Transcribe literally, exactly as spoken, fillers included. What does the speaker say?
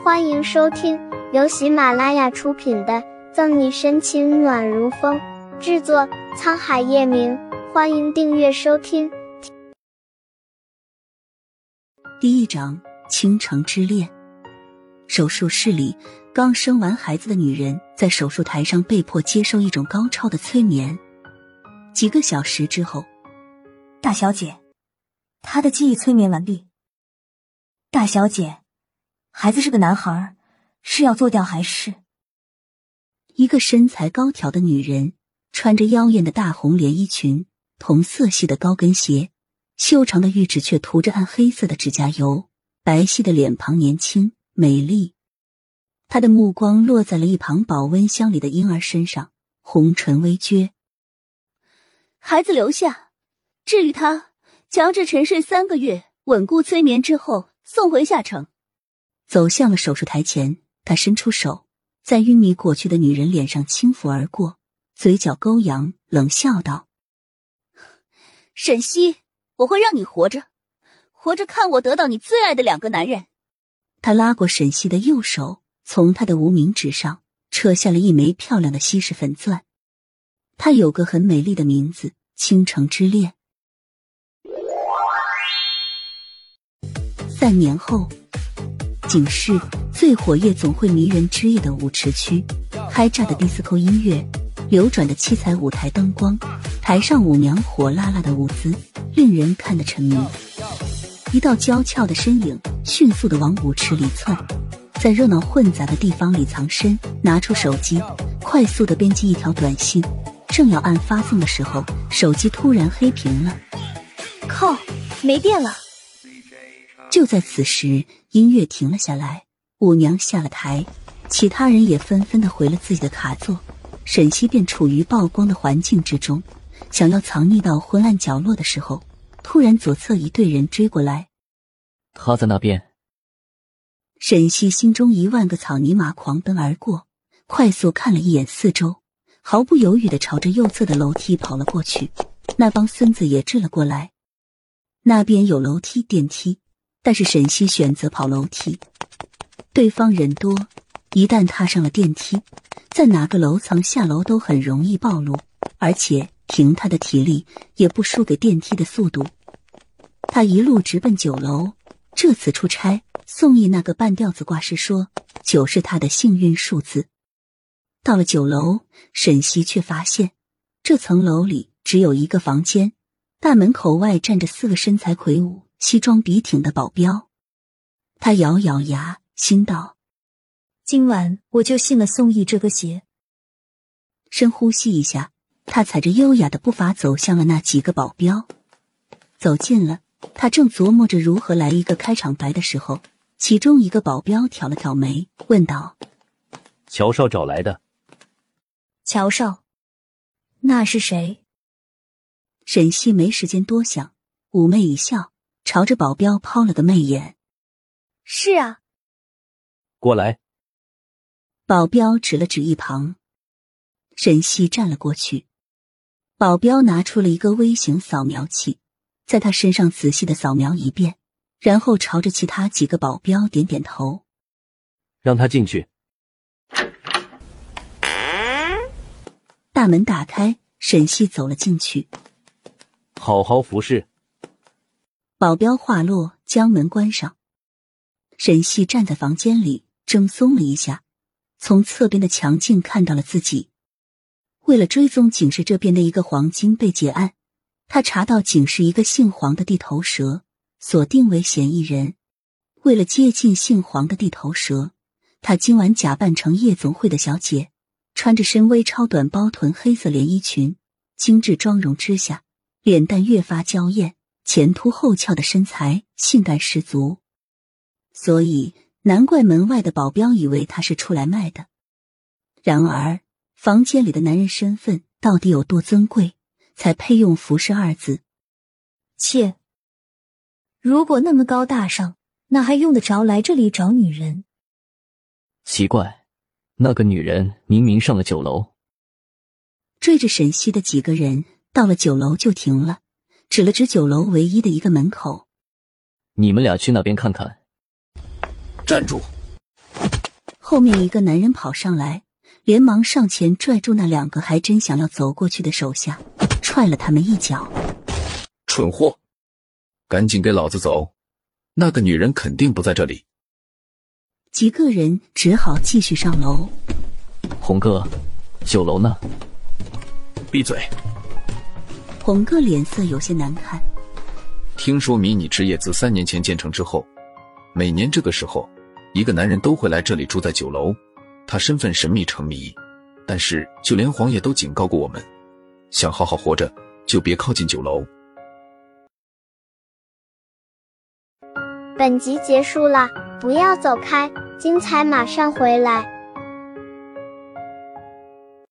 欢迎收听由喜马拉雅出品的《赠你深情暖如风》，制作沧海夜明。欢迎订阅收听。 第一章：倾城之恋。手术室里，刚生完孩子的女人在手术台上被迫接受一种高超的催眠。几个小时之后， 大小姐，她的记忆催眠完毕。大小姐，孩子是个男孩，是要做掉还是？ 一个身材高挑的女人，穿着妖艳的大红连衣裙，同色系的高跟鞋，修长的玉指却涂着暗黑色的指甲油，白皙的脸庞年轻美丽。她的目光落在了一旁保温箱里的婴儿身上，红唇微撅。 孩子留下，治愈他，强制沉睡三个月，稳固催眠之后送回下城。 走向了手术台前，他伸出手，在晕迷过去的女人脸上轻抚而过，嘴角勾扬，冷笑道： 沈西，我会让你活着，活着看我得到你最爱的两个男人。 他拉过沈西的右手，从她的无名指上扯下了一枚漂亮的稀世粉钻。她有个很美丽的名字，倾城之恋。三年后，警示最火夜总会迷人之夜的舞池区，开炸的迪斯科音乐，流转的七彩舞台灯光，台上舞娘火辣辣的舞姿，令人看得沉迷。一道娇俏的身影迅速地往舞池里窜，在热闹混杂的地方里藏身，拿出手机，快速地编辑一条短信，正要按发送的时候，手机突然黑屏了。 靠，没电了！ 就在此时，音乐停了下来，舞娘下了台，其他人也纷纷地回了自己的卡座。沈西便处于曝光的环境之中，想要藏匿到昏暗角落的时候，突然左侧一队人追过来。 他在那边。 沈西心中一万个草泥马狂奔而过，快速看了一眼四周，毫不犹豫地朝着右侧的楼梯跑了过去。那帮孙子也追了过来。那边有楼梯电梯，但是沈西选择跑楼梯。对方人多，一旦踏上了电梯，在哪个楼层下楼都很容易暴露，而且凭他的体力也不输给电梯的速度。他一路直奔九楼，这次出差，宋毅那个半吊子挂饰说九是他的幸运数字。到了九楼，沈西却发现这层楼里只有一个房间，大门口外站着四个身材魁梧、西装笔挺的保镖。他咬咬牙，心道： 今晚我就信了宋毅这个邪。 深呼吸一下，他踩着优雅的步伐走向了那几个保镖。走近了，他正琢磨着如何来一个开场白的时候，其中一个保镖挑了挑眉，问道： 乔少找来的。 乔少？那是谁？ 沈西没时间多想，妩媚一笑，朝着保镖抛了个媚眼。 是啊。 过来。 保镖指了指一旁，沈西站了过去。保镖拿出了一个微型扫描器，在他身上仔细地扫描一遍，然后朝着其他几个保镖点点头。 让他进去。 大门打开，沈西走了进去。 好好服侍。 保镖话落，将门关上。沈西站在房间里，怔松了一下，从侧边的墙镜看到了自己。为了追踪警视这边的一个黄金被劫案，他查到警视一个姓黄的地头蛇，锁定为嫌疑人。为了接近姓黄的地头蛇，他今晚假扮成夜总会的小姐，穿着身微超短包臀黑色连衣裙，精致妆容之下，脸蛋越发娇艳，前凸后翘的身材性感十足。所以难怪门外的保镖以为他是出来卖的。然而房间里的男人身份到底有多尊贵，才配用服侍二字？ 切，如果那么高大上，那还用得着来这里找女人？ 奇怪，那个女人明明上了九楼。 追着沈西的几个人到了九楼就停了，指了指九楼唯一的一个门口。 你们俩去那边看看。 站住！ 后面一个男人跑上来，连忙上前拽住那两个还真想要走过去的手下，踹了他们一脚。 蠢货，赶紧给老子走，那个女人肯定不在这里。 几个人只好继续上楼。 红哥，酒楼呢？ 闭嘴！ 红哥脸色有些难看。 听说迷你之夜自三年前建成之后，每年这个时候，一个男人都会来这里住在酒楼，他身份神秘成谜，但是就连黄爷都警告过我们，想好好活着就别靠近酒楼。 本集结束了，不要走开，精彩马上回来。